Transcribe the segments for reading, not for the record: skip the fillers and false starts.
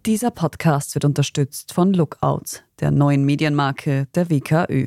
Dieser Podcast wird unterstützt von Lookout, der neuen Medienmarke der WKÖ.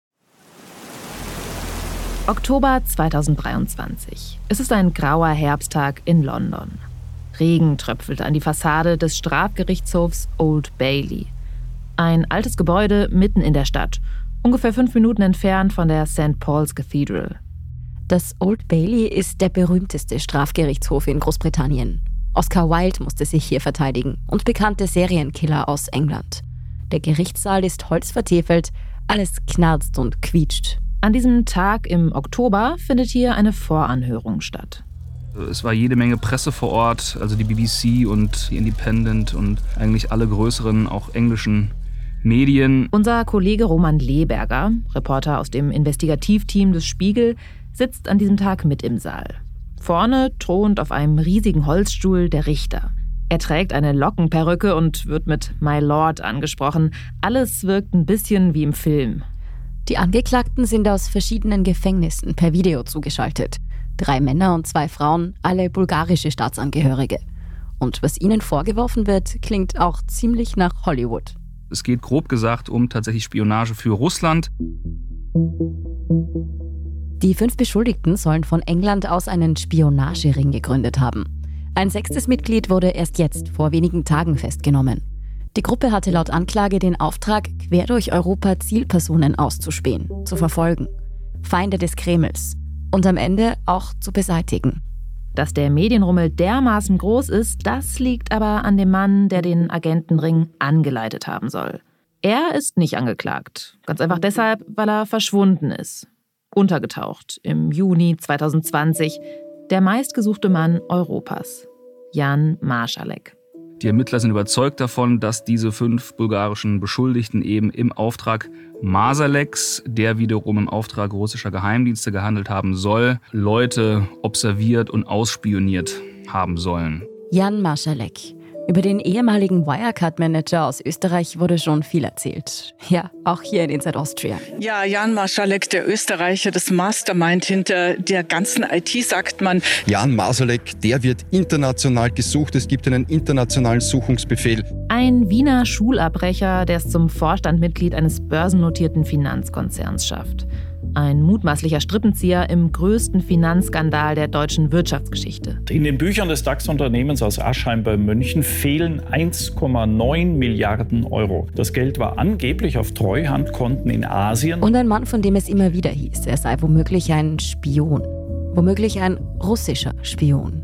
Oktober 2023. Es ist ein grauer Herbsttag in London. Regen tröpfelt an die Fassade des Strafgerichtshofs Old Bailey. Ein altes Gebäude mitten in der Stadt, ungefähr 5 Minuten entfernt von der St. Paul's Cathedral. Das Old Bailey ist der berühmteste Strafgerichtshof in Großbritannien. Oscar Wilde musste sich hier verteidigen und bekannte Serienkiller aus England. Der Gerichtssaal ist holzvertäfelt, alles knarzt und quietscht. An diesem Tag im Oktober findet hier eine Voranhörung statt. Es war jede Menge Presse vor Ort, also die BBC und die Independent und eigentlich alle größeren, auch englischen Medien. Unser Kollege Roman Leberger, Reporter aus dem Investigativteam des Spiegel, sitzt an diesem Tag mit im Saal. Vorne thront auf einem riesigen Holzstuhl der Richter. Er trägt eine Lockenperücke und wird mit My Lord angesprochen. Alles wirkt ein bisschen wie im Film. Die Angeklagten sind aus verschiedenen Gefängnissen per Video zugeschaltet. 3 Männer und 2 Frauen, alle bulgarische Staatsangehörige. Und was ihnen vorgeworfen wird, klingt auch ziemlich nach Hollywood. Es geht grob gesagt um tatsächlich Spionage für Russland. Die 5 Beschuldigten sollen von England aus einen Spionagering gegründet haben. Ein 6. Mitglied wurde erst jetzt, vor wenigen Tagen, festgenommen. Die Gruppe hatte laut Anklage den Auftrag, quer durch Europa Zielpersonen auszuspähen, zu verfolgen. Feinde des Kremls. Und am Ende auch zu beseitigen. Dass der Medienrummel dermaßen groß ist, das liegt aber an dem Mann, der den Agentenring angeleitet haben soll. Er ist nicht angeklagt. Ganz einfach deshalb, weil er verschwunden ist. Untergetaucht im Juni 2020. Der meistgesuchte Mann Europas. Jan Marschalek. Die Ermittler sind überzeugt davon, dass diese 5 bulgarischen Beschuldigten eben im Auftrag Marschaleks, der wiederum im Auftrag russischer Geheimdienste gehandelt haben soll, Leute observiert und ausspioniert haben sollen. Jan Marschalek. Über den ehemaligen Wirecard-Manager aus Österreich wurde schon viel erzählt. Ja, auch hier in Inside Austria. Ja, Jan Marschalek, der Österreicher, das Mastermind hinter der ganzen IT, sagt man. Jan Marschalek, der wird international gesucht. Es gibt einen internationalen Suchungsbefehl. Ein Wiener Schulabbrecher, der es zum Vorstandmitglied eines börsennotierten Finanzkonzerns schafft. Ein mutmaßlicher Strippenzieher im größten Finanzskandal der deutschen Wirtschaftsgeschichte. In den Büchern des DAX-Unternehmens aus Aschheim bei München fehlen 1,9 Milliarden Euro. Das Geld war angeblich auf Treuhandkonten in Asien. Und ein Mann, von dem es immer wieder hieß, er sei womöglich ein Spion. Womöglich ein russischer Spion.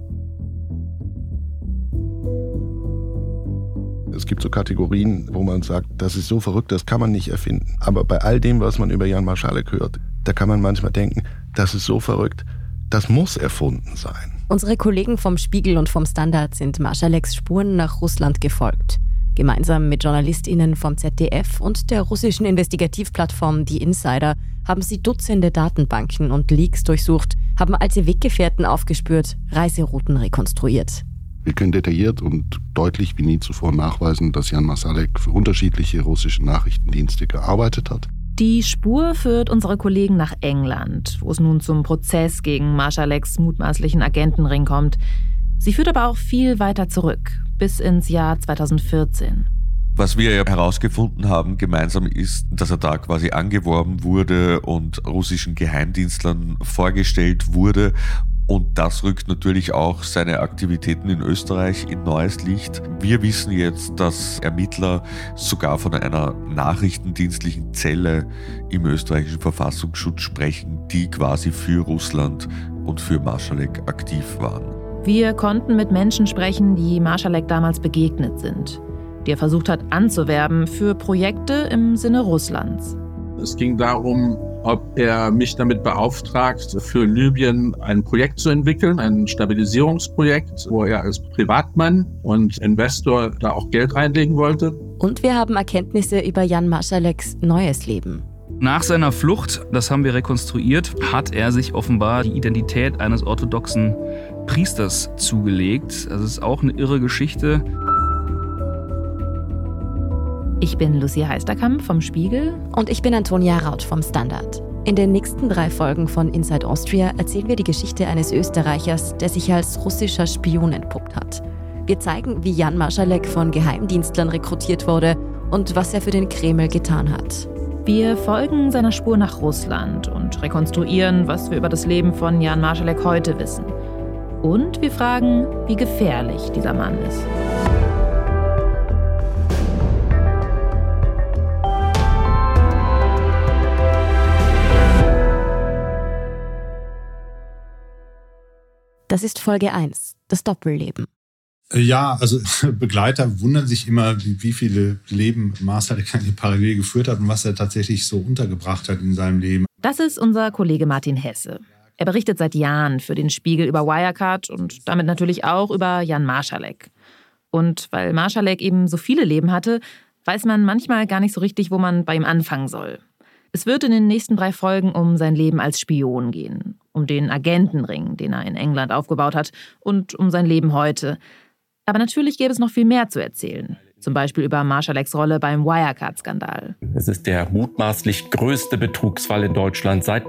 Es gibt so Kategorien, wo man sagt, das ist so verrückt, das kann man nicht erfinden. Aber bei all dem, was man über Jan Marschalek hört, da kann man manchmal denken, das ist so verrückt, das muss erfunden sein. Unsere Kollegen vom Spiegel und vom Standard sind Marschaleks Spuren nach Russland gefolgt. Gemeinsam mit JournalistInnen vom ZDF und der russischen Investigativplattform Die Insider haben sie Dutzende Datenbanken und Leaks durchsucht, haben alte Weggefährten aufgespürt, Reiserouten rekonstruiert. Wir können detailliert und deutlich wie nie zuvor nachweisen, dass Jan Marschalek für unterschiedliche russische Nachrichtendienste gearbeitet hat. Die Spur führt unsere Kollegen nach England, wo es nun zum Prozess gegen Marschaleks mutmaßlichen Agentenring kommt. Sie führt aber auch viel weiter zurück, bis ins Jahr 2014. Was wir ja herausgefunden haben gemeinsam ist, dass er da quasi angeworben wurde und russischen Geheimdienstlern vorgestellt wurde. Und das rückt natürlich auch seine Aktivitäten in Österreich in neues Licht. Wir wissen jetzt, dass Ermittler sogar von einer nachrichtendienstlichen Zelle im österreichischen Verfassungsschutz sprechen, die quasi für Russland und für Marschalek aktiv waren. Wir konnten mit Menschen sprechen, die Marschalek damals begegnet sind, die er versucht hat anzuwerben für Projekte im Sinne Russlands. Es ging darum, ob er mich damit beauftragt, für Libyen ein Projekt zu entwickeln, ein Stabilisierungsprojekt, wo er als Privatmann und Investor da auch Geld reinlegen wollte. Und wir haben Erkenntnisse über Jan Marschaleks neues Leben. Nach seiner Flucht, das haben wir rekonstruiert, hat er sich offenbar die Identität eines orthodoxen Priesters zugelegt. Das ist auch eine irre Geschichte. Ich bin Lucia Heisterkamp vom Spiegel. Und ich bin Antonia Raut vom Standard. In den nächsten 3 Folgen von Inside Austria erzählen wir die Geschichte eines Österreichers, der sich als russischer Spion entpuppt hat. Wir zeigen, wie Jan Marschalek von Geheimdienstlern rekrutiert wurde und was er für den Kreml getan hat. Wir folgen seiner Spur nach Russland und rekonstruieren, was wir über das Leben von Jan Marschalek heute wissen. Und wir fragen, wie gefährlich dieser Mann ist. Das ist Folge 1, das Doppelleben. Ja, also Begleiter wundern sich immer, wie viele Leben Marschalek parallel geführt hat und was er tatsächlich so untergebracht hat in seinem Leben. Das ist unser Kollege Martin Hesse. Er berichtet seit Jahren für den Spiegel über Wirecard und damit natürlich auch über Jan Marschalek. Und weil Marschalek eben so viele Leben hatte, weiß man manchmal gar nicht so richtig, wo man bei ihm anfangen soll. Es wird in den nächsten 3 Folgen um sein Leben als Spion gehen, um den Agentenring, den er in England aufgebaut hat, und um sein Leben heute. Aber natürlich gäbe es noch viel mehr zu erzählen. Zum Beispiel über Marschaleks Rolle beim Wirecard-Skandal. Es ist der mutmaßlich größte Betrugsfall in Deutschland seit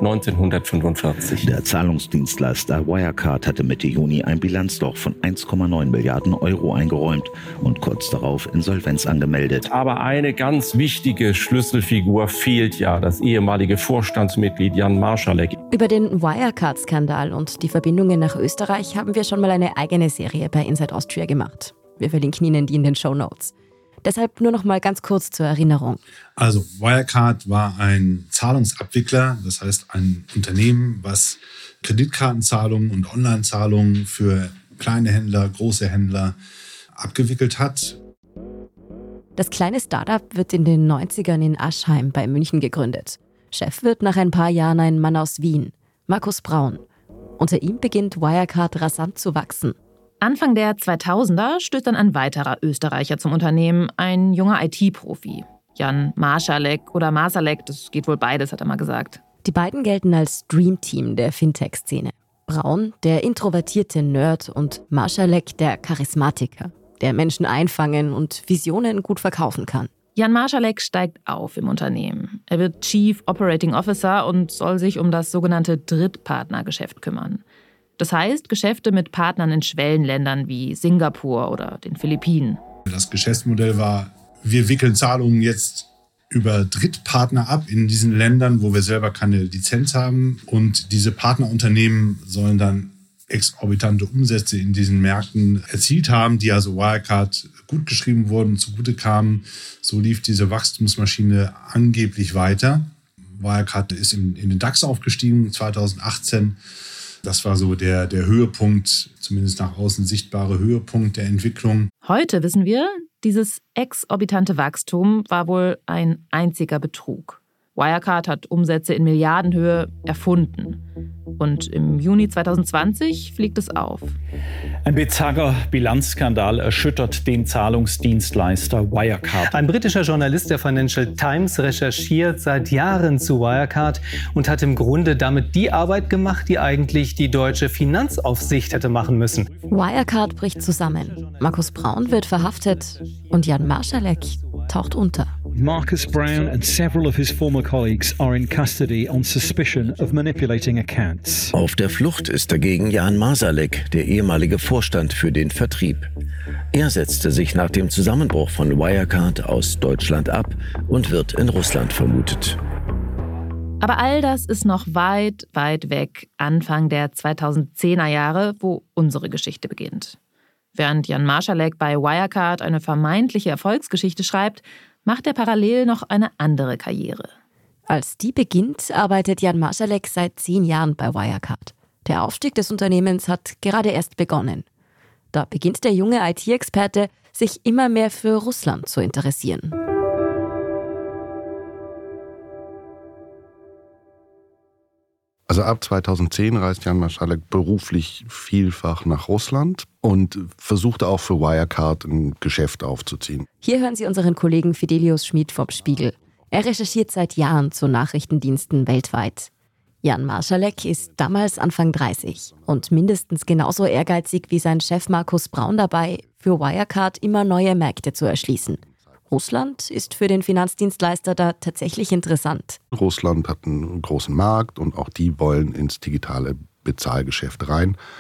1945. Der Zahlungsdienstleister Wirecard hatte Mitte Juni ein Bilanzloch von 1,9 Milliarden Euro eingeräumt und kurz darauf Insolvenz angemeldet. Aber eine ganz wichtige Schlüsselfigur fehlt ja, das ehemalige Vorstandsmitglied Jan Marschalek. Über den Wirecard-Skandal und die Verbindungen nach Österreich haben wir schon mal eine eigene Serie bei Inside Austria gemacht. Wir verlinken Ihnen die in den Shownotes. Deshalb nur noch mal ganz kurz zur Erinnerung. Also Wirecard war ein Zahlungsabwickler, das heißt ein Unternehmen, was Kreditkartenzahlungen und Online-Zahlungen für kleine Händler, große Händler abgewickelt hat. Das kleine Startup wird in den 90ern in Aschheim bei München gegründet. Chef wird nach ein paar Jahren ein Mann aus Wien, Markus Braun. Unter ihm beginnt Wirecard rasant zu wachsen. Anfang der 2000er stößt dann ein weiterer Österreicher zum Unternehmen, ein junger IT-Profi. Jan Marschalek oder Marsalek, das geht wohl beides, hat er mal gesagt. Die beiden gelten als Dreamteam der Fintech-Szene. Braun, der introvertierte Nerd, und Marschalek, der Charismatiker, der Menschen einfangen und Visionen gut verkaufen kann. Jan Marschalek steigt auf im Unternehmen. Er wird Chief Operating Officer und soll sich um das sogenannte Drittpartnergeschäft kümmern. Das heißt, Geschäfte mit Partnern in Schwellenländern wie Singapur oder den Philippinen. Das Geschäftsmodell war, wir wickeln Zahlungen jetzt über Drittpartner ab in diesen Ländern, wo wir selber keine Lizenz haben. Und diese Partnerunternehmen sollen dann exorbitante Umsätze in diesen Märkten erzielt haben, die also Wirecard gut geschrieben wurden, zugute kamen. So lief diese Wachstumsmaschine angeblich weiter. Wirecard ist in den DAX aufgestiegen 2018. Das war so der Höhepunkt, zumindest nach außen sichtbare Höhepunkt der Entwicklung. Heute wissen wir, dieses exorbitante Wachstum war wohl ein einziger Betrug. Wirecard hat Umsätze in Milliardenhöhe erfunden. Und im Juni 2020 fliegt es auf. Ein bizarrer Bilanzskandal erschüttert den Zahlungsdienstleister Wirecard. Ein britischer Journalist der Financial Times recherchiert seit Jahren zu Wirecard und hat im Grunde damit die Arbeit gemacht, die eigentlich die deutsche Finanzaufsicht hätte machen müssen. Wirecard bricht zusammen. Markus Braun wird verhaftet und Jan Marschalek taucht unter. Marcus Brown and several of his former colleagues are in custody on suspicion of manipulating accounts. Auf der Flucht ist dagegen Jan Marsalek, der ehemalige Vorstand für den Vertrieb. Er setzte sich nach dem Zusammenbruch von Wirecard aus Deutschland ab und wird in Russland vermutet. Aber all das ist noch weit, weit weg, Anfang der 2010er Jahre, wo unsere Geschichte beginnt. Während Jan Marschalek bei Wirecard eine vermeintliche Erfolgsgeschichte schreibt, macht er parallel noch eine andere Karriere. Als die beginnt, arbeitet Jan Marschalek seit 10 Jahren bei Wirecard. Der Aufstieg des Unternehmens hat gerade erst begonnen. Da beginnt der junge IT-Experte, sich immer mehr für Russland zu interessieren. Also ab 2010 reist Jan Marschalek beruflich vielfach nach Russland und versuchte auch für Wirecard ein Geschäft aufzuziehen. Hier hören Sie unseren Kollegen Fidelius Schmid vom Spiegel. Er recherchiert seit Jahren zu Nachrichtendiensten weltweit. Jan Marschalek ist damals Anfang 30 und mindestens genauso ehrgeizig wie sein Chef Markus Braun dabei, für Wirecard immer neue Märkte zu erschließen. Russland ist für den Finanzdienstleister da tatsächlich interessant. Russland hat einen großen Markt und auch die wollen ins digitale Bezahlgeschäft rein.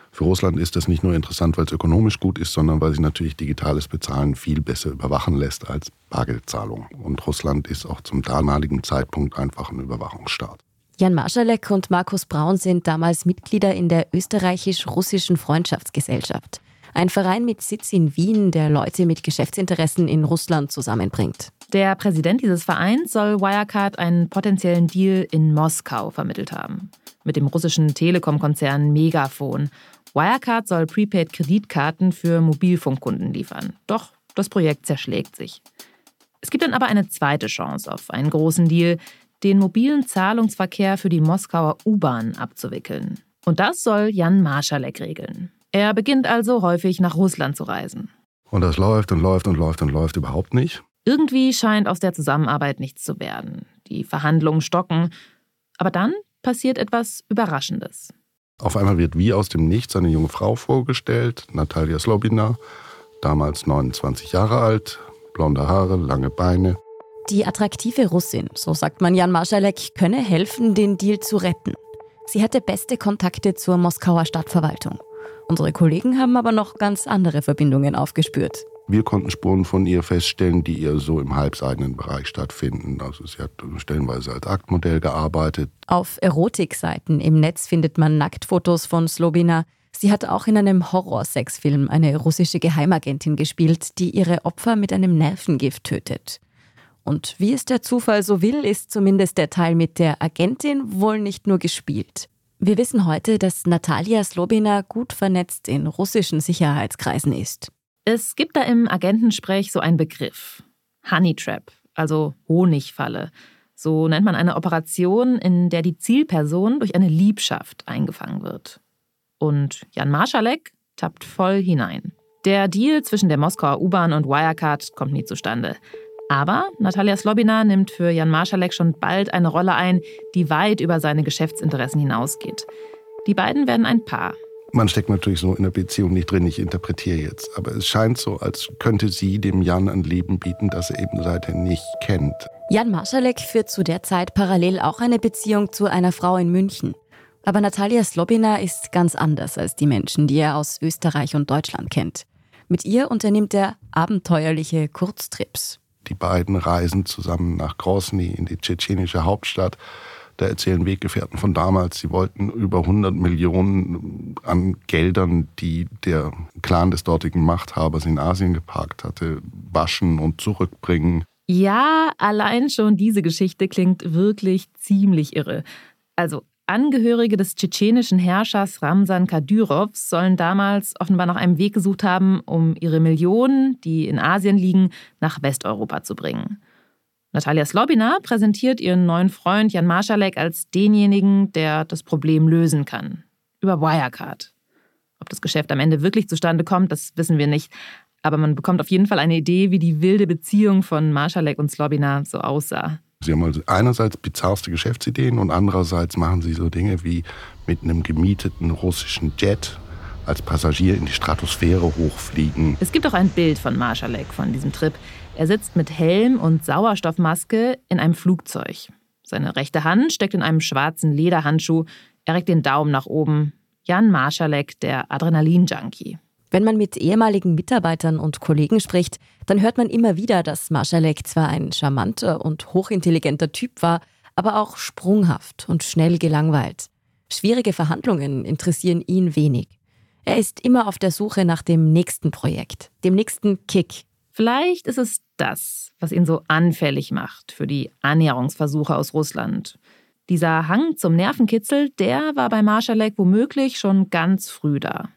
Für Russland ist das nicht nur interessant, weil es ökonomisch gut ist, sondern weil sich natürlich digitales Bezahlen viel besser überwachen lässt als Bargeldzahlung. Und Russland ist auch zum damaligen Zeitpunkt einfach ein Überwachungsstaat. Jan Marschalek und Markus Braun sind damals Mitglieder in der österreichisch-russischen Freundschaftsgesellschaft. Ein Verein mit Sitz in Wien, der Leute mit Geschäftsinteressen in Russland zusammenbringt. Der Präsident dieses Vereins soll Wirecard einen potenziellen Deal in Moskau vermittelt haben. Mit dem russischen Telekom-Konzern Megafon. Wirecard soll Prepaid-Kreditkarten für Mobilfunkkunden liefern. Doch das Projekt zerschlägt sich. Es gibt dann aber eine zweite Chance auf einen großen Deal, den mobilen Zahlungsverkehr für die Moskauer U-Bahn abzuwickeln. Und das soll Jan Marschalek regeln. Er beginnt also häufig nach Russland zu reisen. Und das läuft und läuft und läuft und läuft überhaupt nicht. Irgendwie scheint aus der Zusammenarbeit nichts zu werden. Die Verhandlungen stocken. Aber dann passiert etwas Überraschendes. Auf einmal wird wie aus dem Nichts eine junge Frau vorgestellt, Natalia Slobina, damals 29 Jahre alt, blonde Haare, lange Beine. Die attraktive Russin, so sagt man Jan Marschalek, könne helfen, den Deal zu retten. Sie hatte beste Kontakte zur Moskauer Stadtverwaltung. Unsere Kollegen haben aber noch ganz andere Verbindungen aufgespürt. Wir konnten Spuren von ihr feststellen, die eher so im halbseidenen Bereich stattfinden. Also sie hat stellenweise als Aktmodell gearbeitet. Auf Erotikseiten im Netz findet man Nacktfotos von Slobina. Sie hat auch in einem Horrorsexfilm eine russische Geheimagentin gespielt, die ihre Opfer mit einem Nervengift tötet. Und wie es der Zufall so will, ist zumindest der Teil mit der Agentin wohl nicht nur gespielt. Wir wissen heute, dass Natalia Slobina gut vernetzt in russischen Sicherheitskreisen ist. Es gibt da im Agentensprech so einen Begriff. Honey Trap, also Honigfalle. So nennt man eine Operation, in der die Zielperson durch eine Liebschaft eingefangen wird. Und Jan Marschalek tappt voll hinein. Der Deal zwischen der Moskauer U-Bahn und Wirecard kommt nie zustande. Aber Natalia Slobina nimmt für Jan Marschalek schon bald eine Rolle ein, die weit über seine Geschäftsinteressen hinausgeht. Die beiden werden ein Paar. Man steckt natürlich so in der Beziehung nicht drin, ich interpretiere jetzt. Aber es scheint so, als könnte sie dem Jan ein Leben bieten, das er eben seither nicht kennt. Jan Marschalek führt zu der Zeit parallel auch eine Beziehung zu einer Frau in München. Aber Natalia Slobina ist ganz anders als die Menschen, die er aus Österreich und Deutschland kennt. Mit ihr unternimmt er abenteuerliche Kurztrips. Die beiden reisen zusammen nach Grosny in die tschetschenische Hauptstadt. Da erzählen Weggefährten von damals, sie wollten über 100 Millionen an Geldern, die der Clan des dortigen Machthabers in Asien geparkt hatte, waschen und zurückbringen. Ja, allein schon diese Geschichte klingt wirklich ziemlich irre. Also Angehörige des tschetschenischen Herrschers Ramsan Kadyrov sollen damals offenbar nach einem Weg gesucht haben, um ihre Millionen, die in Asien liegen, nach Westeuropa zu bringen. Natalia Slobina präsentiert ihren neuen Freund Jan Marschalek als denjenigen, der das Problem lösen kann. Über Wirecard. Ob das Geschäft am Ende wirklich zustande kommt, das wissen wir nicht. Aber man bekommt auf jeden Fall eine Idee, wie die wilde Beziehung von Marschalek und Slobina so aussah. Sie haben also einerseits bizarrste Geschäftsideen und andererseits machen sie so Dinge wie mit einem gemieteten russischen Jet als Passagier in die Stratosphäre hochfliegen. Es gibt auch ein Bild von Marschalek von diesem Trip. Er sitzt mit Helm und Sauerstoffmaske in einem Flugzeug. Seine rechte Hand steckt in einem schwarzen Lederhandschuh. Er reckt den Daumen nach oben. Jan Marschalek, der Adrenalin-Junkie. Wenn man mit ehemaligen Mitarbeitern und Kollegen spricht, dann hört man immer wieder, dass Marschalek zwar ein charmanter und hochintelligenter Typ war, aber auch sprunghaft und schnell gelangweilt. Schwierige Verhandlungen interessieren ihn wenig. Er ist immer auf der Suche nach dem nächsten Projekt, dem nächsten Kick. Vielleicht ist es das, was ihn so anfällig macht für die Annäherungsversuche aus Russland. Dieser Hang zum Nervenkitzel, der war bei Marschalek womöglich schon ganz früh da.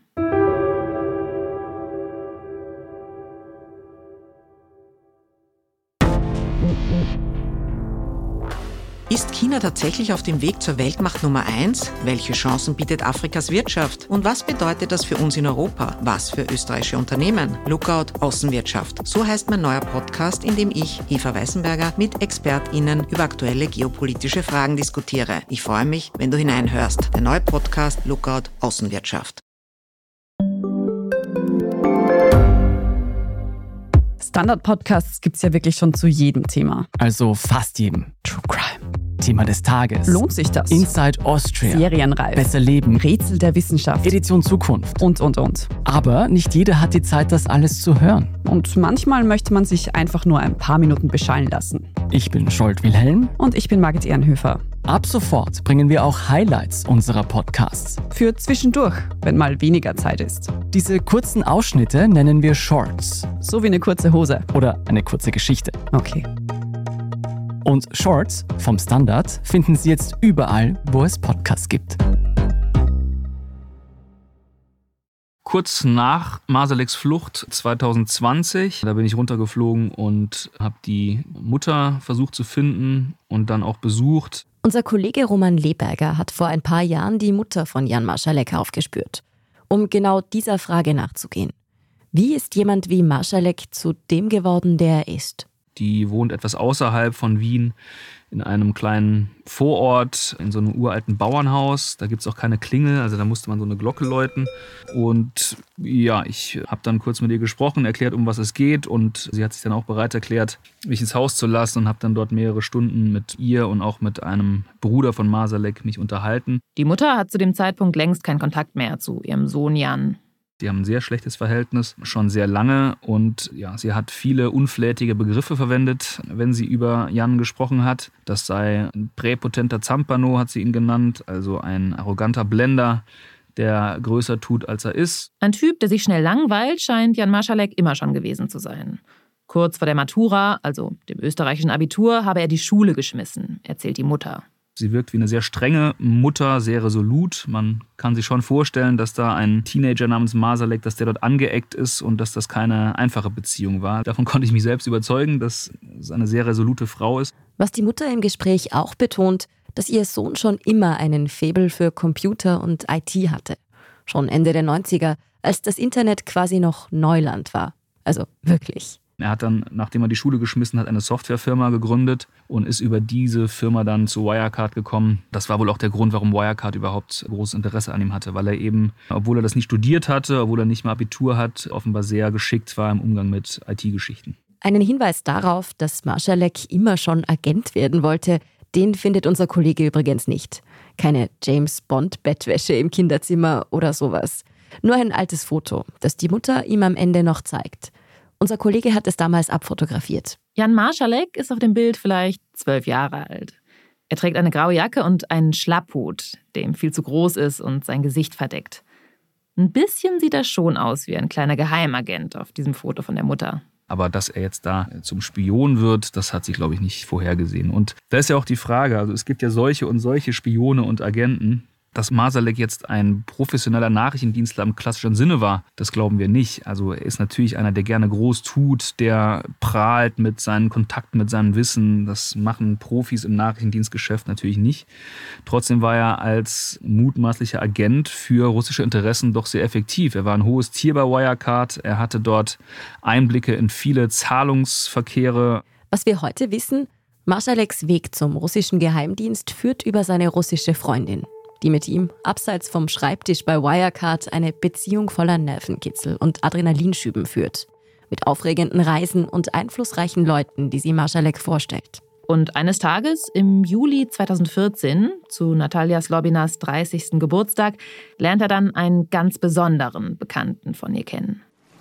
Ist China tatsächlich auf dem Weg zur Weltmacht Nummer 1? Welche Chancen bietet Afrikas Wirtschaft? Und was bedeutet das für uns in Europa? Was für österreichische Unternehmen? Lookout Außenwirtschaft. So heißt mein neuer Podcast, in dem ich, Eva Weißenberger, mit ExpertInnen über aktuelle geopolitische Fragen diskutiere. Ich freue mich, wenn du hineinhörst. Der neue Podcast Lookout Außenwirtschaft. Standard-Podcasts gibt es ja wirklich schon zu jedem Thema. Also fast jedem. True Crime, Thema des Tages. Lohnt sich das? Inside Austria. Serienreif. Besser leben. Rätsel der Wissenschaft. Edition Zukunft. Und. Aber nicht jeder hat die Zeit, das alles zu hören. Und manchmal möchte man sich einfach nur ein paar Minuten beschallen lassen. Ich bin Scholt Wilhelm. Und ich bin Margit Ehrenhöfer. Ab sofort bringen wir auch Highlights unserer Podcasts. Für zwischendurch, wenn mal weniger Zeit ist. Diese kurzen Ausschnitte nennen wir Shorts. So wie eine kurze Hose. Oder eine kurze Geschichte. Okay. Und Shorts vom Standard finden Sie jetzt überall, wo es Podcasts gibt. Kurz nach Marsaleks Flucht 2020, da bin ich runtergeflogen und habe die Mutter versucht zu finden und dann auch besucht. Unser Kollege Roman Leberger hat vor ein paar Jahren die Mutter von Jan Marschalek aufgespürt, um genau dieser Frage nachzugehen. Wie ist jemand wie Marschalek zu dem geworden, der er ist? Die wohnt etwas außerhalb von Wien in einem kleinen Vorort, in so einem uralten Bauernhaus. Da gibt es auch keine Klingel, also da musste man so eine Glocke läuten. Und ja, ich habe dann kurz mit ihr gesprochen, erklärt, um was es geht. Und sie hat sich dann auch bereit erklärt, mich ins Haus zu lassen und habe dann dort mehrere Stunden mit ihr und auch mit einem Bruder von Marsalek mich unterhalten. Die Mutter hat zu dem Zeitpunkt längst keinen Kontakt mehr zu ihrem Sohn Jan. Die haben ein sehr schlechtes Verhältnis, schon sehr lange. Und ja, sie hat viele unflätige Begriffe verwendet, wenn sie über Jan gesprochen hat. Das sei ein präpotenter Zampano, hat sie ihn genannt, also ein arroganter Blender, der größer tut, als er ist. Ein Typ, der sich schnell langweilt, scheint Jan Marschalek immer schon gewesen zu sein. Kurz vor der Matura, also dem österreichischen Abitur, habe er die Schule geschmissen, erzählt die Mutter. Sie wirkt wie eine sehr strenge Mutter, sehr resolut. Man kann sich schon vorstellen, dass da ein Teenager namens Marsalek, dass der dort angeeckt ist und dass das keine einfache Beziehung war. Davon konnte ich mich selbst überzeugen, dass es eine sehr resolute Frau ist. Was die Mutter im Gespräch auch betont, dass ihr Sohn schon immer einen Faible für Computer und IT hatte. Schon Ende der 90er, als das Internet quasi noch Neuland war. Also wirklich. Er hat dann, nachdem er die Schule geschmissen hat, eine Softwarefirma gegründet und ist über diese Firma dann zu Wirecard gekommen. Das war wohl auch der Grund, warum Wirecard überhaupt großes Interesse an ihm hatte, weil er eben, obwohl er das nicht studiert hatte, obwohl er nicht mal Abitur hat, offenbar sehr geschickt war im Umgang mit IT-Geschichten. Einen Hinweis darauf, dass Marschalek immer schon Agent werden wollte, den findet unser Kollege übrigens nicht. Keine James-Bond-Bettwäsche im Kinderzimmer oder sowas. Nur ein altes Foto, das die Mutter ihm am Ende noch zeigt. Unser Kollege hat es damals abfotografiert. Jan Marschalek ist auf dem Bild vielleicht 12 Jahre alt. Er trägt eine graue Jacke und einen Schlapphut, der ihm viel zu groß ist und sein Gesicht verdeckt. Ein bisschen sieht er schon aus wie ein kleiner Geheimagent auf diesem Foto von der Mutter. Aber dass er jetzt da zum Spion wird, das hat sich, glaube ich, nicht vorhergesehen. Und da ist ja auch die Frage, also es gibt ja solche und solche Spione und Agenten. Dass Marsalek jetzt ein professioneller Nachrichtendienstler im klassischen Sinne war, das glauben wir nicht. Also er ist natürlich einer, der gerne groß tut, der prahlt mit seinen Kontakten, mit seinem Wissen. Das machen Profis im Nachrichtendienstgeschäft natürlich nicht. Trotzdem war er als mutmaßlicher Agent für russische Interessen doch sehr effektiv. Er war ein hohes Tier bei Wirecard. Er hatte dort Einblicke in viele Zahlungsverkehre. Was wir heute wissen, Marschaleks Weg zum russischen Geheimdienst führt über seine russische Freundin, die mit ihm abseits vom Schreibtisch bei Wirecard eine Beziehung voller Nervenkitzel und Adrenalinschüben führt. Mit aufregenden Reisen und einflussreichen Leuten, die sie Marschalek vorstellt. Und eines Tages, im Juli 2014, zu Natalja Slobinas 30. Geburtstag, lernt er dann einen ganz besonderen Bekannten von ihr kennen.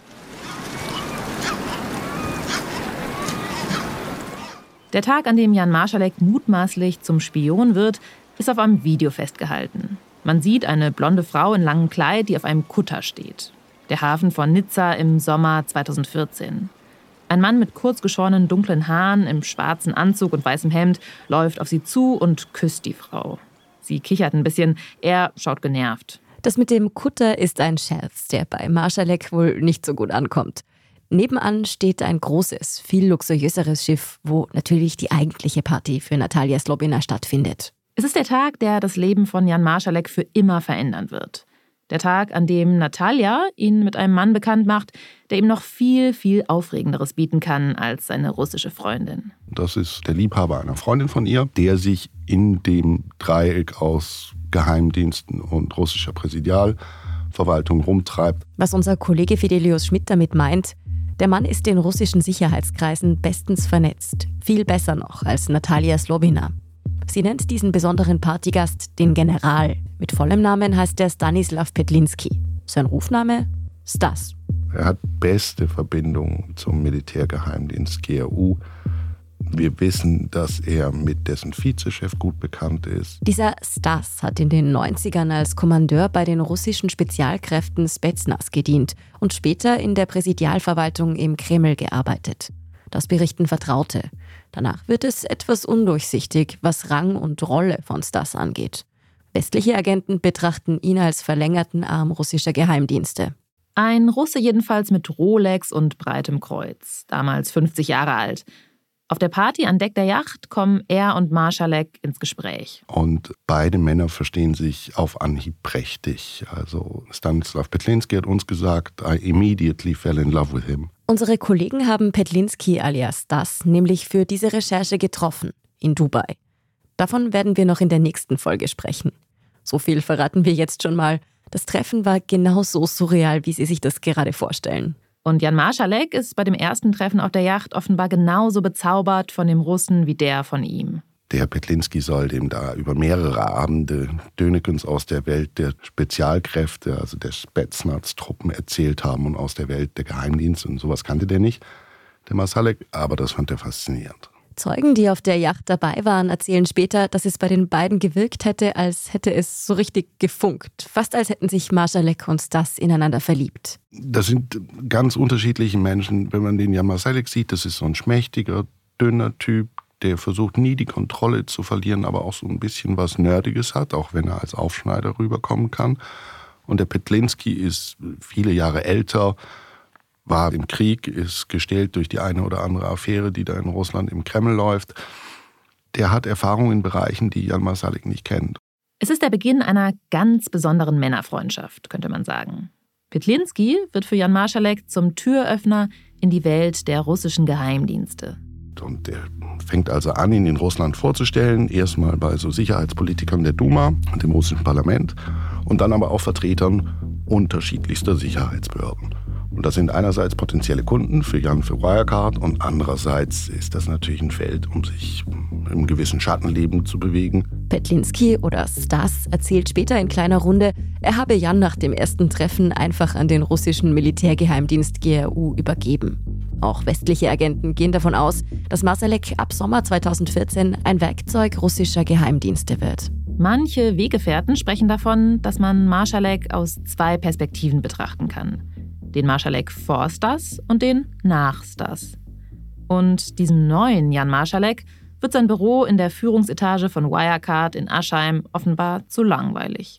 Der Tag, an dem Jan Marschalek mutmaßlich zum Spion wird, ist auf einem Video festgehalten. Man sieht eine blonde Frau in langem Kleid, die auf einem Kutter steht. Der Hafen von Nizza im Sommer 2014. Ein Mann mit kurzgeschorenen dunklen Haaren, im schwarzen Anzug und weißem Hemd läuft auf sie zu und küsst die Frau. Sie kichert ein bisschen, er schaut genervt. Das mit dem Kutter ist ein Scherz, der bei Marschalek wohl nicht so gut ankommt. Nebenan steht ein großes, viel luxuriöseres Schiff, wo natürlich die eigentliche Party für Natalja Slobina stattfindet. Es ist der Tag, der das Leben von Jan Marschalek für immer verändern wird. Der Tag, an dem Natalja ihn mit einem Mann bekannt macht, der ihm noch viel, viel Aufregenderes bieten kann als seine russische Freundin. Das ist der Liebhaber einer Freundin von ihr, der sich in dem Dreieck aus Geheimdiensten und russischer Präsidialverwaltung rumtreibt. Was unser Kollege Fidelius Schmidt damit meint, der Mann ist in russischen Sicherheitskreisen bestens vernetzt. Viel besser noch als Natalja Slobina. Sie nennt diesen besonderen Partygast den General. Mit vollem Namen heißt er Stanislav Petlinski. Sein Rufname? Stas. Er hat beste Verbindungen zum Militärgeheimdienst GRU. Wir wissen, dass er mit dessen Vizechef gut bekannt ist. Dieser Stas hat in den 90ern als Kommandeur bei den russischen Spezialkräften Spetsnaz gedient und später in der Präsidialverwaltung im Kreml gearbeitet. Das berichten Vertraute. Danach wird es etwas undurchsichtig, was Rang und Rolle von Stas angeht. Westliche Agenten betrachten ihn als verlängerten Arm russischer Geheimdienste. Ein Russe jedenfalls mit Rolex und breitem Kreuz, damals 50 Jahre alt. Auf der Party an Deck der Yacht kommen er und Marschalek ins Gespräch. Und beide Männer verstehen sich auf Anhieb prächtig. Also Stanislav Petlinski hat uns gesagt, I immediately fell in love with him. Unsere Kollegen haben Petlinski alias Stas nämlich für diese Recherche getroffen, in Dubai. Davon werden wir noch in der nächsten Folge sprechen. So viel verraten wir jetzt schon mal. Das Treffen war genauso surreal, wie Sie sich das gerade vorstellen. Und Jan Marschalek ist bei dem ersten Treffen auf der Yacht offenbar genauso bezaubert von dem Russen wie der von ihm. Der Petlinski soll dem da über mehrere Abende Dönekens aus der Welt der Spezialkräfte, also der Spetsnaz-Truppen erzählt haben und aus der Welt der Geheimdienste. Und sowas kannte der nicht, der Marschalek, aber das fand er faszinierend. Zeugen, die auf der Yacht dabei waren, erzählen später, dass es bei den beiden gewirkt hätte, als hätte es so richtig gefunkt. Fast als hätten sich Marschalek und Stas ineinander verliebt. Das sind ganz unterschiedliche Menschen. Wenn man den Jan Marschalek sieht, das ist so ein schmächtiger, dünner Typ, der versucht nie die Kontrolle zu verlieren, aber auch so ein bisschen was Nerdiges hat, auch wenn er als Aufschneider rüberkommen kann. Und der Petlinski ist viele Jahre älter, war im Krieg, ist gestählt durch die eine oder andere Affäre, die da in Russland im Kreml läuft. Der hat Erfahrung in Bereichen, die Jan Marschalek nicht kennt. Es ist der Beginn einer ganz besonderen Männerfreundschaft, könnte man sagen. Petlinski wird für Jan Marschalek zum Türöffner in die Welt der russischen Geheimdienste. Und er fängt also an, ihn in Russland vorzustellen, erstmal bei so Sicherheitspolitikern der Duma und dem russischen Parlament und dann aber auch Vertretern unterschiedlichster Sicherheitsbehörden. Und das sind einerseits potenzielle Kunden für Jan für Wirecard und andererseits ist das natürlich ein Feld, um sich im gewissen Schattenleben zu bewegen. Petlinski oder Stas erzählt später in kleiner Runde, er habe Jan nach dem ersten Treffen einfach an den russischen Militärgeheimdienst GRU übergeben. Auch westliche Agenten gehen davon aus, dass Marschalek ab Sommer 2014 ein Werkzeug russischer Geheimdienste wird. Manche Weggefährten sprechen davon, dass man Marschalek aus zwei Perspektiven betrachten kann. Den Marschalek vor Stas und den nach Stas. Und diesem neuen Jan Marschalek wird sein Büro in der Führungsetage von Wirecard in Aschheim offenbar zu langweilig.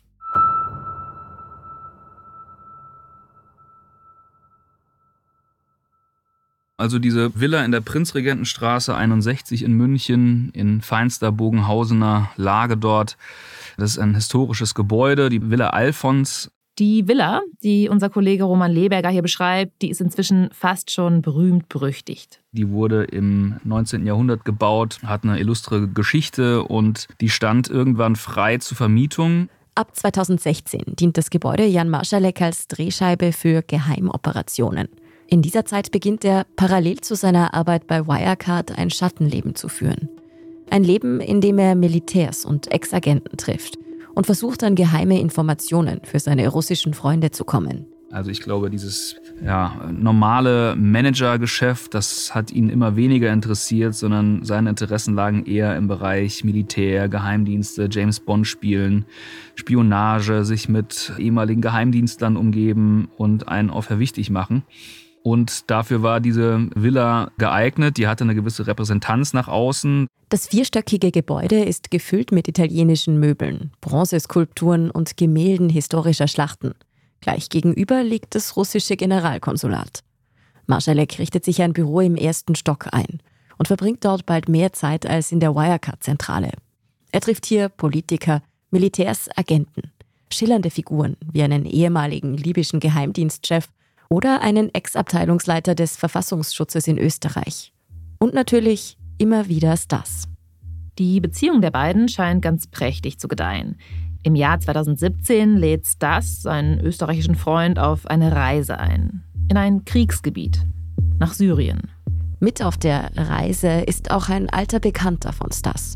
Also diese Villa in der Prinzregentenstraße 61 in München, in feinster Bogenhausener Lage dort. Das ist ein historisches Gebäude, die Villa Alfons. Die Villa, die unser Kollege Roman Leberger hier beschreibt, die ist inzwischen fast schon berühmt-berüchtigt. Die wurde im 19. Jahrhundert gebaut, hat eine illustre Geschichte und die stand irgendwann frei zur Vermietung. Ab 2016 dient das Gebäude Jan Marschalek als Drehscheibe für Geheimoperationen. In dieser Zeit beginnt er, parallel zu seiner Arbeit bei Wirecard, ein Schattenleben zu führen. Ein Leben, in dem er Militärs und Ex-Agenten trifft und versucht, an geheime Informationen für seine russischen Freunde zu kommen. Also ich glaube, dieses normale Managergeschäft, das hat ihn immer weniger interessiert, sondern seine Interessen lagen eher im Bereich Militär, Geheimdienste, James-Bond-Spielen, Spionage, sich mit ehemaligen Geheimdienstlern umgeben und einen auf wichtig machen. Und dafür war diese Villa geeignet. Die hatte eine gewisse Repräsentanz nach außen. Das vierstöckige Gebäude ist gefüllt mit italienischen Möbeln, Bronzeskulpturen und Gemälden historischer Schlachten. Gleich gegenüber liegt das russische Generalkonsulat. Marschalek richtet sich ein Büro im ersten Stock ein und verbringt dort bald mehr Zeit als in der Wirecard-Zentrale. Er trifft hier Politiker, Militärs, Agenten, schillernde Figuren wie einen ehemaligen libyschen Geheimdienstchef oder einen Ex-Abteilungsleiter des Verfassungsschutzes in Österreich. Und natürlich immer wieder Stas. Die Beziehung der beiden scheint ganz prächtig zu gedeihen. Im Jahr 2017 lädt Stas seinen österreichischen Freund auf eine Reise ein. In ein Kriegsgebiet, nach Syrien. Mit auf der Reise ist auch ein alter Bekannter von Stas.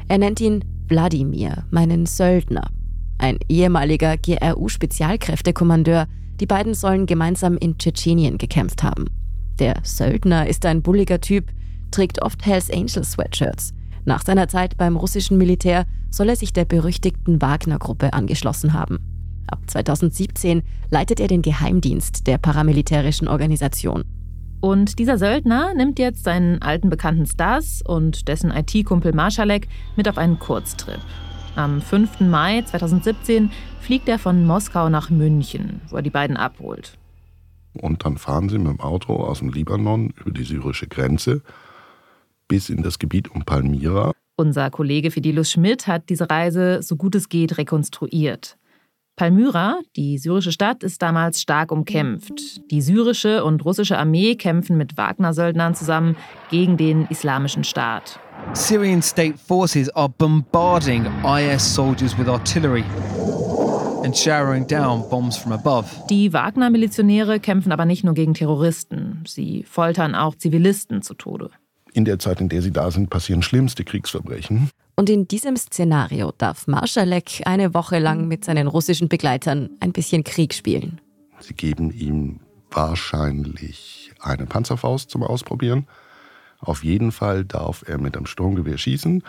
Er nennt ihn Wladimir, meinen Söldner. Ein ehemaliger GRU-Spezialkräftekommandeur. Die beiden sollen gemeinsam in Tschetschenien gekämpft haben. Der Söldner ist ein bulliger Typ, trägt oft Hells Angels Sweatshirts. Nach seiner Zeit beim russischen Militär soll er sich der berüchtigten Wagner-Gruppe angeschlossen haben. Ab 2017 leitet er den Geheimdienst der paramilitärischen Organisation. Und dieser Söldner nimmt jetzt seinen alten Bekannten Stas und dessen IT-Kumpel Marschalek mit auf einen Kurztrip. Am 5. Mai 2017 fliegt er von Moskau nach München, wo er die beiden abholt. Und dann fahren sie mit dem Auto aus dem Libanon über die syrische Grenze bis in das Gebiet um Palmyra. Unser Kollege Fidelus Schmidt hat diese Reise so gut es geht rekonstruiert. Palmyra, die syrische Stadt, ist damals stark umkämpft. Die syrische und russische Armee kämpfen mit Wagner-Söldnern zusammen gegen den Islamischen Staat. Syrian state forces are bombarding IS soldiers with artillery and showering down bombs from above. Die Wagner-Milizionäre kämpfen aber nicht nur gegen Terroristen. Sie foltern auch Zivilisten zu Tode. In der Zeit, in der sie da sind, passieren schlimmste Kriegsverbrechen. Und in diesem Szenario darf Marschalek eine Woche lang mit seinen russischen Begleitern ein bisschen Krieg spielen. Sie geben ihm wahrscheinlich eine Panzerfaust zum Ausprobieren. Auf jeden Fall darf er mit einem Sturmgewehr schießen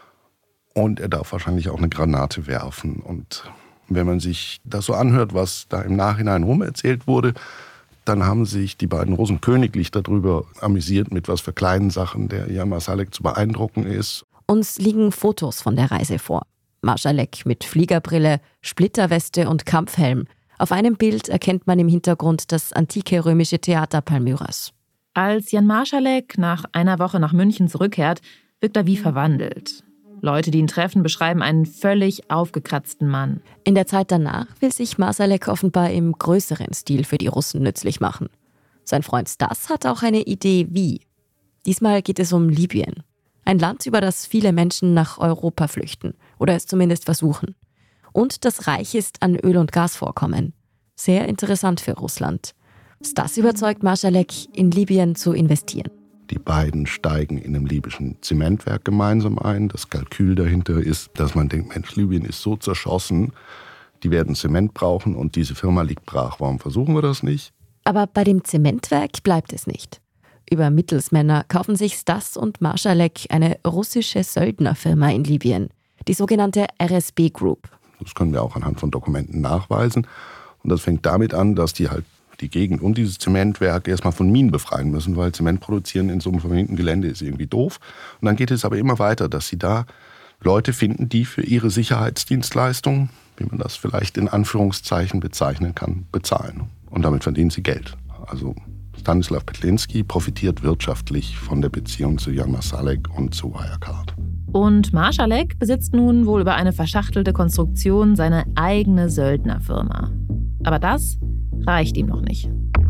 und er darf wahrscheinlich auch eine Granate werfen. Und wenn man sich das so anhört, was da im Nachhinein rumerzählt wurde, dann haben sich die beiden Russen königlich darüber amüsiert, mit was für kleinen Sachen der Jan Marsalek zu beeindrucken ist. Uns liegen Fotos von der Reise vor. Marschalek mit Fliegerbrille, Splitterweste und Kampfhelm. Auf einem Bild erkennt man im Hintergrund das antike römische Theater Palmyras. Als Jan Marschalek nach einer Woche nach München zurückkehrt, wirkt er wie verwandelt. Leute, die ihn treffen, beschreiben einen völlig aufgekratzten Mann. In der Zeit danach will sich Marsalek offenbar im größeren Stil für die Russen nützlich machen. Sein Freund Stas hat auch eine Idee, wie. Diesmal geht es um Libyen. Ein Land, über das viele Menschen nach Europa flüchten oder es zumindest versuchen. Und das reich ist an Öl- und Gasvorkommen. Sehr interessant für Russland. Stas überzeugt Marschalek, in Libyen zu investieren. Die beiden steigen in einem libyschen Zementwerk gemeinsam ein. Das Kalkül dahinter ist, dass man denkt, Mensch, Libyen ist so zerschossen, die werden Zement brauchen und diese Firma liegt brach. Warum versuchen wir das nicht? Aber bei dem Zementwerk bleibt es nicht. Über Mittelsmänner kaufen sich Stas und Marschalek eine russische Söldnerfirma in Libyen, die sogenannte RSB Group. Das können wir auch anhand von Dokumenten nachweisen. Und das fängt damit an, dass die halt die Gegend und dieses Zementwerk erstmal von Minen befreien müssen, weil Zement produzieren in so einem verminten Gelände ist irgendwie doof. Und dann geht es aber immer weiter, dass sie da Leute finden, die für ihre Sicherheitsdienstleistung, wie man das vielleicht in Anführungszeichen bezeichnen kann, bezahlen. Und damit verdienen sie Geld. Also Stanislav Petlinski profitiert wirtschaftlich von der Beziehung zu Jan Marsalek und zu Wirecard. Und Marschalek besitzt nun wohl über eine verschachtelte Konstruktion seine eigene Söldnerfirma. Aber das reicht ihm noch nicht.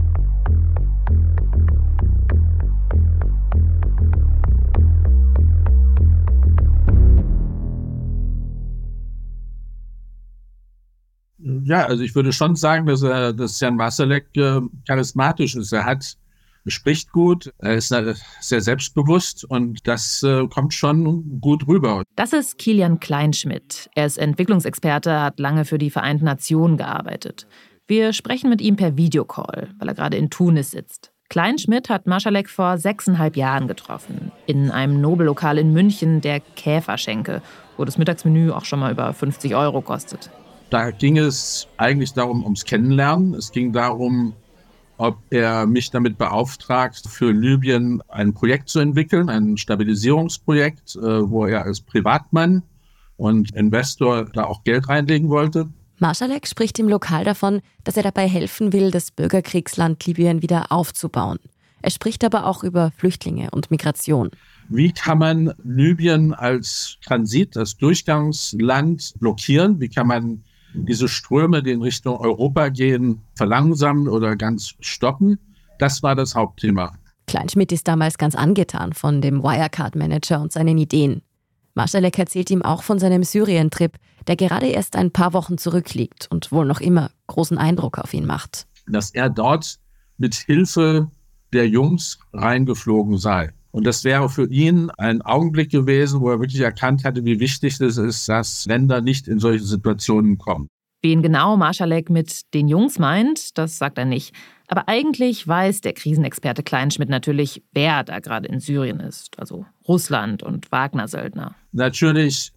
Ja, also ich würde schon sagen, dass Jan Marsalek charismatisch ist. Er spricht gut, er ist sehr selbstbewusst und das kommt schon gut rüber. Das ist Kilian Kleinschmidt. Er ist Entwicklungsexperte, hat lange für die Vereinten Nationen gearbeitet. Wir sprechen mit ihm per Videocall, weil er gerade in Tunis sitzt. Kleinschmidt hat Marschalek vor 6,5 Jahren getroffen. In einem Nobellokal in München, der Käferschenke, wo das Mittagsmenü auch schon mal über 50 € kostet. Da ging es eigentlich darum, ums Kennenlernen. Es ging darum, ob er mich damit beauftragt, für Libyen ein Projekt zu entwickeln, ein Stabilisierungsprojekt, wo er als Privatmann und Investor da auch Geld reinlegen wollte. Marschalek spricht im Lokal davon, dass er dabei helfen will, das Bürgerkriegsland Libyen wieder aufzubauen. Er spricht aber auch über Flüchtlinge und Migration. Wie kann man Libyen als Transit, als Durchgangsland blockieren? Wie kann man diese Ströme, die in Richtung Europa gehen, verlangsamen oder ganz stoppen? Das war das Hauptthema. Kleinschmidt ist damals ganz angetan von dem Wirecard-Manager und seinen Ideen. Marschalek erzählt ihm auch von seinem Syrien-Trip, der gerade erst ein paar Wochen zurückliegt und wohl noch immer großen Eindruck auf ihn macht. Dass er dort mit Hilfe der Jungs reingeflogen sei. Und das wäre für ihn ein Augenblick gewesen, wo er wirklich erkannt hatte, wie wichtig es ist, dass Länder nicht in solche Situationen kommen. Wen genau Marschalek mit den Jungs meint, das sagt er nicht. Aber eigentlich weiß der Krisenexperte Kleinschmidt natürlich, wer da gerade in Syrien ist. Also Russland und Wagner-Söldner. Natürlich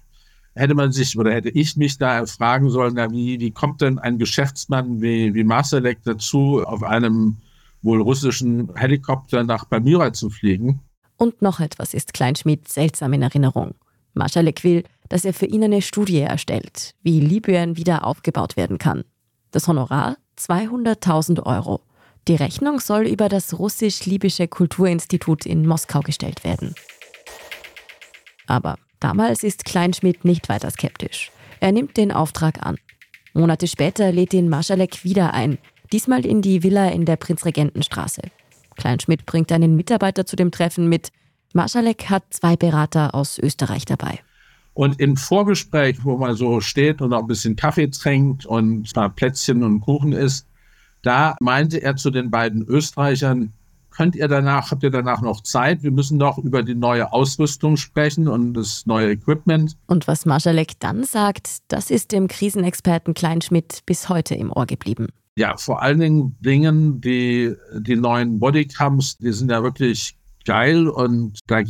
hätte ich mich da fragen sollen, wie kommt denn ein Geschäftsmann wie Marschalek dazu, auf einem wohl russischen Helikopter nach Palmyra zu fliegen? Und noch etwas ist Kleinschmidt seltsam in Erinnerung. Marschalek will, dass er für ihn eine Studie erstellt, wie Libyen wieder aufgebaut werden kann. Das Honorar 200.000 €. Die Rechnung soll über das Russisch-Libysche Kulturinstitut in Moskau gestellt werden. Aber damals ist Kleinschmidt nicht weiter skeptisch. Er nimmt den Auftrag an. Monate später lädt ihn Marschalek wieder ein, diesmal in die Villa in der Prinzregentenstraße. Kleinschmidt bringt einen Mitarbeiter zu dem Treffen mit. Marschalek hat 2 Berater aus Österreich dabei. Und im Vorgespräch, wo man so steht und auch ein bisschen Kaffee trinkt und ein paar Plätzchen und Kuchen isst, da meinte er zu den beiden Österreichern, habt ihr danach noch Zeit? Wir müssen noch über die neue Ausrüstung sprechen und das neue Equipment. Und was Marschalek dann sagt, das ist dem Krisenexperten Kleinschmidt bis heute im Ohr geblieben. Ja, vor allen Dingen die neuen Bodycams, die sind ja wirklich geil und da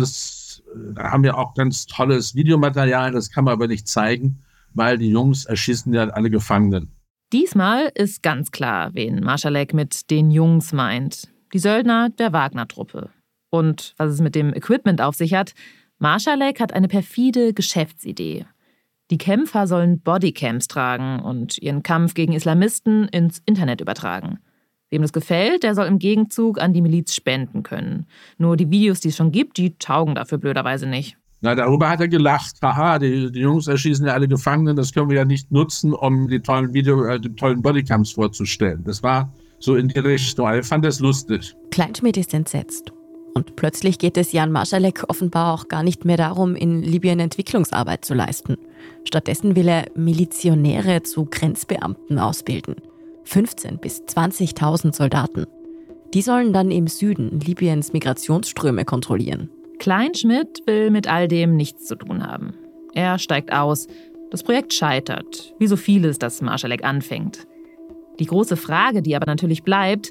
haben wir auch ganz tolles Videomaterial, das kann man aber nicht zeigen, weil die Jungs erschießen ja alle Gefangenen. Diesmal ist ganz klar, wen Marschalek mit den Jungs meint. Die Söldner der Wagner-Truppe. Und was es mit dem Equipment auf sich hat, Marschalek hat eine perfide Geschäftsidee. Die Kämpfer sollen Bodycams tragen und ihren Kampf gegen Islamisten ins Internet übertragen. Wem das gefällt, der soll im Gegenzug an die Miliz spenden können. Nur die Videos, die es schon gibt, die taugen dafür blöderweise nicht. Na, darüber hat er gelacht. Haha, die Jungs erschießen ja alle Gefangenen, das können wir ja nicht nutzen, um die tollen Bodycams vorzustellen. Das war so in die Richtung. Ich fand das lustig. Kleinschmidt ist entsetzt. Und plötzlich geht es Jan Marschalek offenbar auch gar nicht mehr darum, in Libyen Entwicklungsarbeit zu leisten. Stattdessen will er Milizionäre zu Grenzbeamten ausbilden. 15.000 bis 20.000 Soldaten. Die sollen dann im Süden Libyens Migrationsströme kontrollieren. Kleinschmidt will mit all dem nichts zu tun haben. Er steigt aus. Das Projekt scheitert, wie so vieles, das Marschalek anfängt. Die große Frage, die aber natürlich bleibt,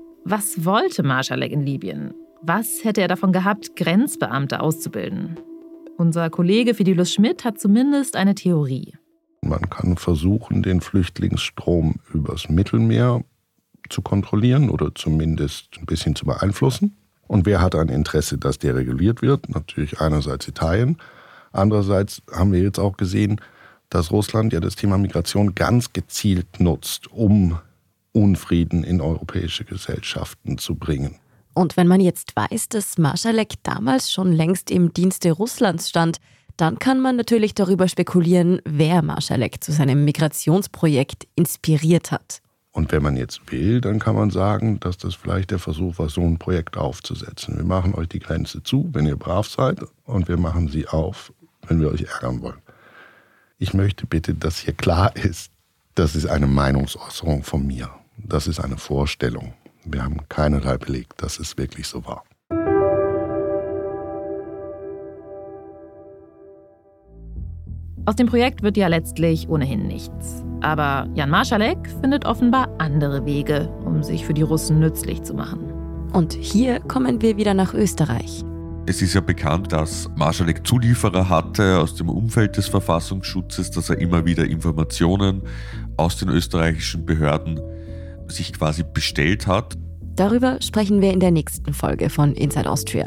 was wollte Marschalek in Libyen? Was hätte er davon gehabt, Grenzbeamte auszubilden? Unser Kollege Fidelus Schmidt hat zumindest eine Theorie. Man kann versuchen, den Flüchtlingsstrom übers Mittelmeer zu kontrollieren oder zumindest ein bisschen zu beeinflussen. Und wer hat ein Interesse, dass der reguliert wird? Natürlich einerseits Italien. Andererseits haben wir jetzt auch gesehen, dass Russland ja das Thema Migration ganz gezielt nutzt, um Unfrieden in europäische Gesellschaften zu bringen. Und wenn man jetzt weiß, dass Marschalek damals schon längst im Dienste Russlands stand, dann kann man natürlich darüber spekulieren, wer Marschalek zu seinem Migrationsprojekt inspiriert hat. Und wenn man jetzt will, dann kann man sagen, dass das vielleicht der Versuch war, so ein Projekt aufzusetzen. Wir machen euch die Grenze zu, wenn ihr brav seid, und wir machen sie auf, wenn wir euch ärgern wollen. Ich möchte bitte, dass hier klar ist, das ist eine Meinungsäußerung von mir. Das ist eine Vorstellung. Wir haben keinerlei Beleg, dass es wirklich so war. Aus dem Projekt wird ja letztlich ohnehin nichts. Aber Jan Marschalek findet offenbar andere Wege, um sich für die Russen nützlich zu machen. Und hier kommen wir wieder nach Österreich. Es ist ja bekannt, dass Marschalek Zulieferer hatte aus dem Umfeld des Verfassungsschutzes, dass er immer wieder Informationen aus den österreichischen Behörden sich quasi bestellt hat. Darüber sprechen wir in der nächsten Folge von Inside Austria.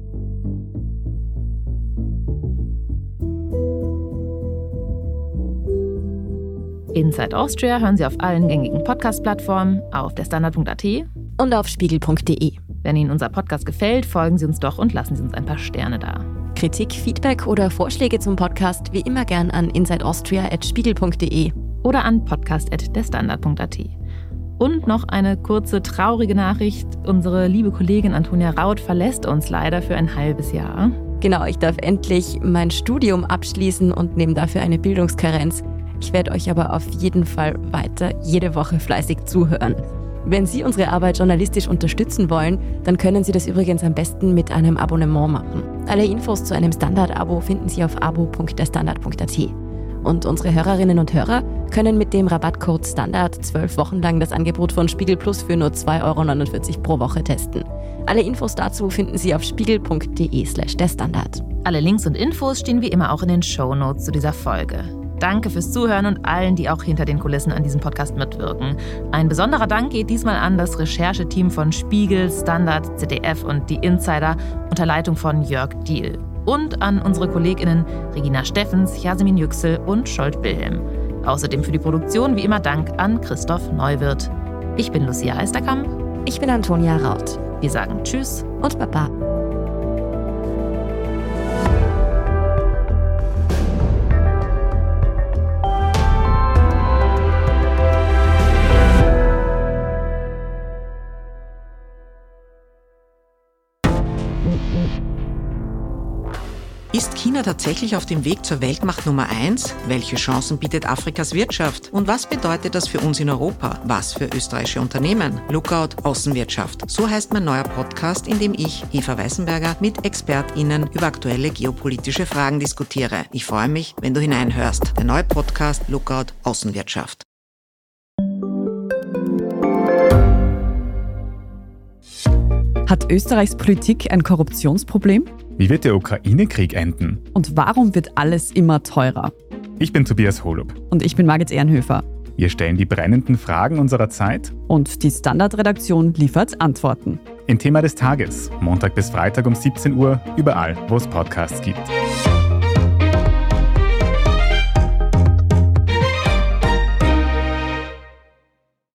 Inside Austria hören Sie auf allen gängigen Podcast-Plattformen, auf der Standard.at und auf spiegel.de. Wenn Ihnen unser Podcast gefällt, folgen Sie uns doch und lassen Sie uns ein paar Sterne da. Kritik, Feedback oder Vorschläge zum Podcast wie immer gern an insideaustria@spiegel.de oder an podcast@derstandard.at. Und noch eine kurze traurige Nachricht. Unsere liebe Kollegin Antonia Raut verlässt uns leider für ein halbes Jahr. Genau, ich darf endlich mein Studium abschließen und nehme dafür eine Bildungskarenz. Ich werde euch aber auf jeden Fall weiter jede Woche fleißig zuhören. Wenn Sie unsere Arbeit journalistisch unterstützen wollen, dann können Sie das übrigens am besten mit einem Abonnement machen. Alle Infos zu einem Standard-Abo finden Sie auf abo.derstandard.at. Und unsere Hörerinnen und Hörer können mit dem Rabattcode STANDARD 12 Wochen lang das Angebot von Spiegel Plus für nur 2,49 € pro Woche testen. Alle Infos dazu finden Sie auf spiegel.de/derstandard. Alle Links und Infos stehen wie immer auch in den Shownotes zu dieser Folge. Danke fürs Zuhören und allen, die auch hinter den Kulissen an diesem Podcast mitwirken. Ein besonderer Dank geht diesmal an das Rechercheteam von Spiegel, Standard, ZDF und Die Insider unter Leitung von Jörg Diehl. Und an unsere KollegInnen Regina Steffens, Yasemin Yüksel und Scholt Wilhelm. Außerdem für die Produktion wie immer Dank an Christoph Neuwirth. Ich bin Lucia Eisterkamp. Ich bin Antonia Raut. Wir sagen Tschüss und Baba. Ist China tatsächlich auf dem Weg zur Weltmacht Nummer 1? Welche Chancen bietet Afrikas Wirtschaft? Und was bedeutet das für uns in Europa? Was für österreichische Unternehmen? Lookout Außenwirtschaft. So heißt mein neuer Podcast, in dem ich, Eva Weißenberger, mit ExpertInnen über aktuelle geopolitische Fragen diskutiere. Ich freue mich, wenn du hineinhörst. Der neue Podcast Lookout Außenwirtschaft. Hat Österreichs Politik ein Korruptionsproblem? Wie wird der Ukraine-Krieg enden? Und warum wird alles immer teurer? Ich bin Tobias Holub. Und ich bin Margit Ehrenhöfer. Wir stellen die brennenden Fragen unserer Zeit. Und die Standard-Redaktion liefert Antworten. Im Thema des Tages, Montag bis Freitag um 17 Uhr, überall, wo es Podcasts gibt.